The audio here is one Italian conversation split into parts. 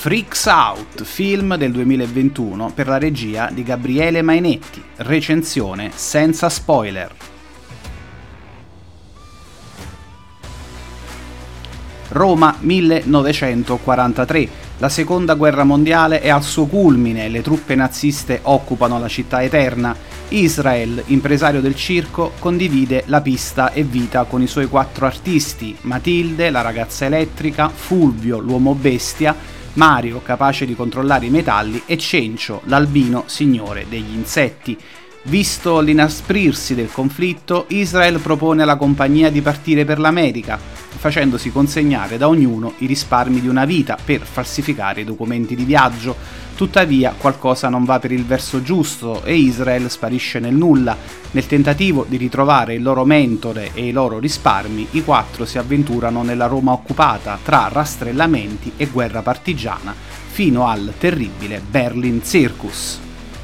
Freaks Out, film del 2021 per la regia di Gabriele Mainetti, recensione senza spoiler. Roma 1943. La seconda guerra mondiale è al suo culmine, le truppe naziste occupano la città eterna. Israel, impresario del circo, condivide la pista e vita con i suoi 4 artisti: Matilde, la ragazza elettrica, Fulvio, l'uomo bestia, Mario, capace di controllare i metalli, e Cencio, l'albino signore degli insetti. Visto l'inasprirsi del conflitto, Israel propone alla compagnia di partire per l'America, facendosi consegnare da ognuno i risparmi di una vita per falsificare i documenti di viaggio. Tuttavia qualcosa non va per il verso giusto e Israel sparisce nel nulla. Nel tentativo di ritrovare il loro mentore e i loro risparmi, i 4 si avventurano nella Roma occupata tra rastrellamenti e guerra partigiana, fino al terribile Berlin Circus.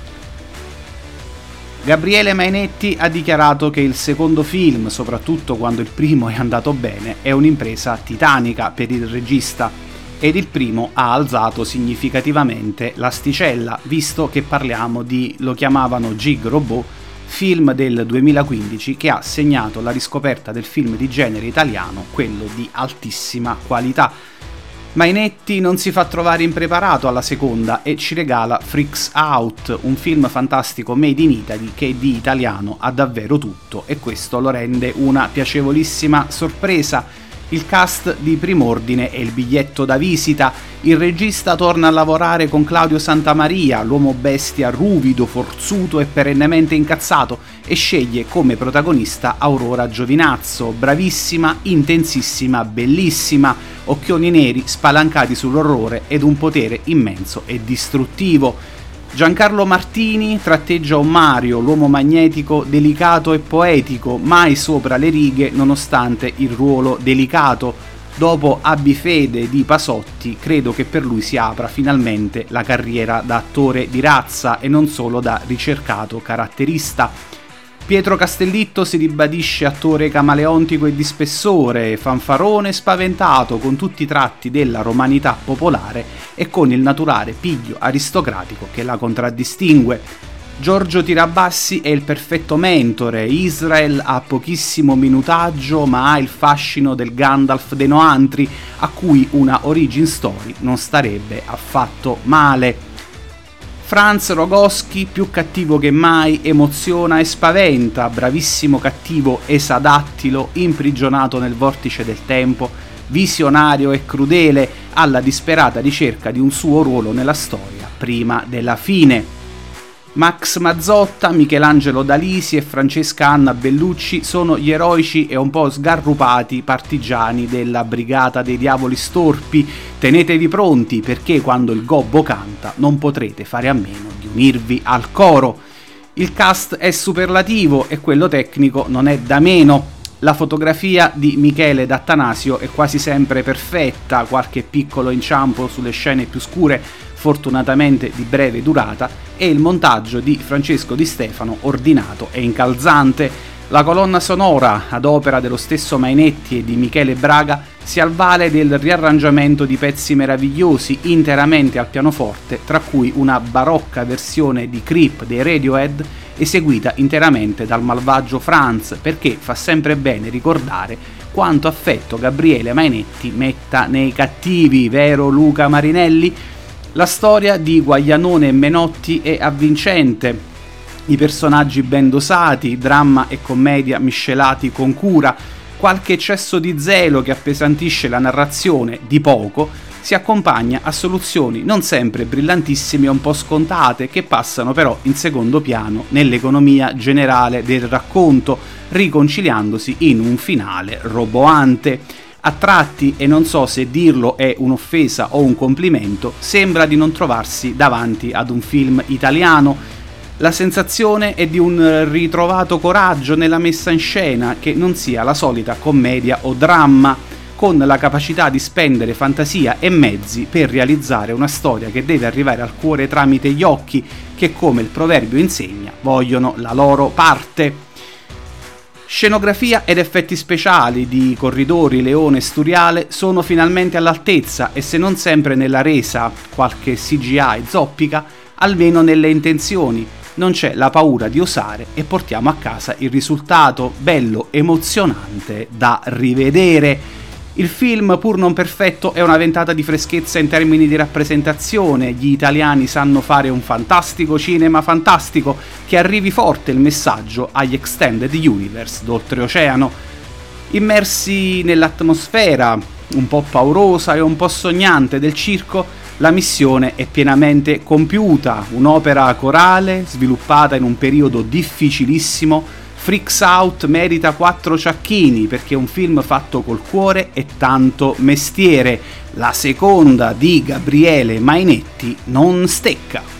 Gabriele Mainetti ha dichiarato che il secondo film, soprattutto quando il primo è andato bene, è un'impresa titanica per il regista, ed il primo ha alzato significativamente l'asticella, visto che parliamo di Lo chiamavano Gig Robot, film del 2015 che ha segnato la riscoperta del film di genere italiano, quello di altissima qualità. Mainetti non si fa trovare impreparato alla seconda e ci regala Freaks Out, un film fantastico made in Italy che di italiano ha davvero tutto, e questo lo rende una piacevolissima sorpresa. Il cast di prim'ordine è il biglietto da visita. Il regista torna a lavorare con Claudio Santamaria, l'uomo bestia ruvido, forzuto e perennemente incazzato, e sceglie come protagonista Aurora Giovinazzo, bravissima, intensissima, bellissima, occhioni neri spalancati sull'orrore ed un potere immenso e distruttivo. Giancarlo Martini tratteggia un Mario, l'uomo magnetico, delicato e poetico, mai sopra le righe nonostante il ruolo delicato. Dopo Abbi fede di Pasotti, credo che per lui si apra finalmente la carriera da attore di razza e non solo da ricercato caratterista. Pietro Castellitto si ribadisce attore camaleontico e di spessore, fanfarone spaventato, con tutti i tratti della romanità popolare e con il naturale piglio aristocratico che la contraddistingue. Giorgio Tirabassi è il perfetto mentore. Israel ha pochissimo minutaggio ma ha il fascino del Gandalf dei Noantri, a cui una origin story non starebbe affatto male. Franz Rogowski, più cattivo che mai, emoziona e spaventa, bravissimo cattivo esadattilo, imprigionato nel vortice del tempo, visionario e crudele, alla disperata ricerca di un suo ruolo nella storia prima della fine. Max Mazzotta, Michelangelo Dalisi e Francesca Anna Bellucci sono gli eroici e un po' sgarrupati partigiani della Brigata dei Diavoli Storpi. Tenetevi pronti, perché quando il gobbo canta non potrete fare a meno di unirvi al coro. Il cast è superlativo e quello tecnico non è da meno. La fotografia di Michele D'Attanasio è quasi sempre perfetta, qualche piccolo inciampo sulle scene più scure, fortunatamente di breve durata, e il montaggio di Francesco Di Stefano ordinato e incalzante. La colonna sonora, ad opera dello stesso Mainetti e di Michele Braga, si avvale del riarrangiamento di pezzi meravigliosi interamente al pianoforte, tra cui una barocca versione di Creep dei Radiohead eseguita interamente dal malvagio Franz, perché fa sempre bene ricordare quanto affetto Gabriele Mainetti metta nei cattivi, vero Luca Marinelli? La storia di Guaglianone e Menotti è avvincente, i personaggi ben dosati, dramma e commedia miscelati con cura, qualche eccesso di zelo che appesantisce la narrazione di poco si accompagna a soluzioni non sempre brillantissime e un po' scontate, che passano però in secondo piano nell'economia generale del racconto, riconciliandosi in un finale roboante. A tratti, e non so se dirlo è un'offesa o un complimento, sembra di non trovarsi davanti ad un film italiano. La sensazione è di un ritrovato coraggio nella messa in scena, che non sia la solita commedia o dramma, con la capacità di spendere fantasia e mezzi per realizzare una storia che deve arrivare al cuore tramite gli occhi, che, come il proverbio insegna, vogliono la loro parte. Scenografia ed effetti speciali di Corridori, Leone e Sturiale sono finalmente all'altezza e se non sempre nella resa, qualche CGI zoppica, almeno nelle intenzioni. Non c'è la paura di osare e portiamo a casa il risultato bello, emozionante da rivedere. Il film, pur non perfetto, è una ventata di freschezza in termini di rappresentazione. Gli italiani sanno fare un fantastico cinema fantastico, che arrivi forte il messaggio agli extended universe d'oltreoceano. Immersi nell'atmosfera un po' paurosa e un po' sognante del circo, la missione è pienamente compiuta. Un'opera corale, sviluppata in un periodo difficilissimo. Freaks Out merita 4 ciacchini perché è un film fatto col cuore e tanto mestiere. La seconda di Gabriele Mainetti non stecca.